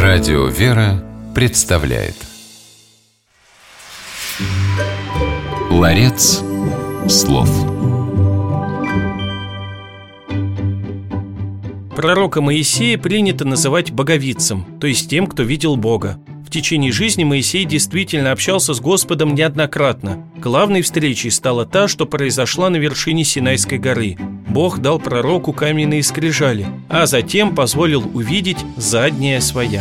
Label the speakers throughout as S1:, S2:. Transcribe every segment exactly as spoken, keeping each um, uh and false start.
S1: Радио «Вера» представляет Ларец слов.
S2: Пророка Моисея принято называть боговидцем, то есть тем, кто видел Бога. В течение жизни Моисей действительно общался с Господом неоднократно. Главной встречей стала та, что произошла на вершине Синайской горы. Бог дал пророку каменные скрижали, а затем позволил увидеть задняя своя.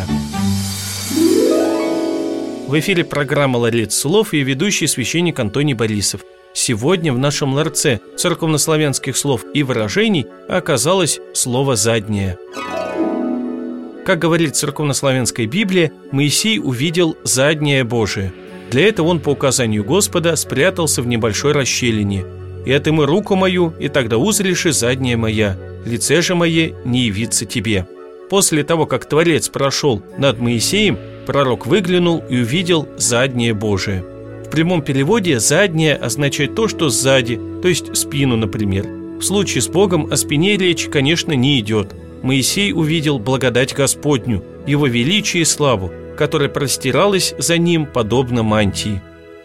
S2: В эфире программа «Ларец слов» и ведущий священник Антоний Борисов. Сегодня в нашем ларце церковнославянских слов и выражений оказалось слово «заднее». Как говорит церковнославянская Библия, Моисей увидел заднее Божие. Для этого он по указанию Господа спрятался в небольшой расщелине. «И отымы руку мою, и тогда узришь и задняя моя, лице же мое не явится тебе». После того, как Творец прошел над Моисеем, пророк выглянул и увидел заднее Божие. В прямом переводе «заднее» означает то, что сзади, то есть спину, например. В случае с Богом о спине речь, конечно, не идет. Моисей увидел благодать Господню, Его величие и славу, которая простиралась за ним подобно мантии.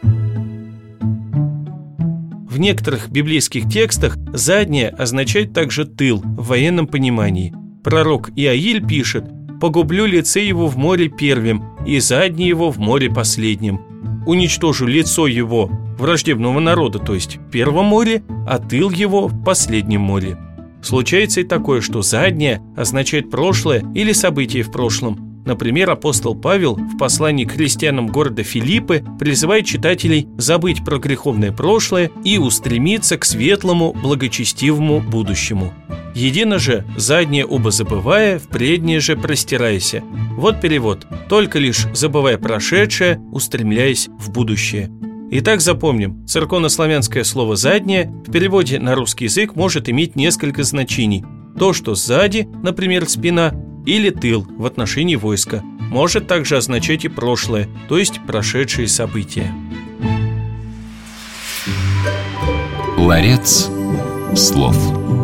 S2: В некоторых библейских текстах «заднее» означает также «тыл» в военном понимании. Пророк Иаиль пишет: «Погублю лице его в море первым, и заднее его в море последним. Уничтожу лицо его, враждебного народа, то есть в первом море, а тыл его в последнем море». Случается и такое, что заднее означает прошлое или событие в прошлом. Например, апостол Павел в послании к христианам города Филиппы призывает читателей забыть про греховное прошлое и устремиться к светлому, благочестивому будущему. «Едино же, заднее оба забывая, в преднее же простирайся». Вот перевод: «Только лишь забывая прошедшее, устремляясь в будущее». Итак, запомним, церковнославянское слово «заднее» в переводе на русский язык может иметь несколько значений. То, что сзади, например, спина, или тыл в отношении войска, может также означать и прошлое, то есть прошедшие события.
S1: Ларец слов.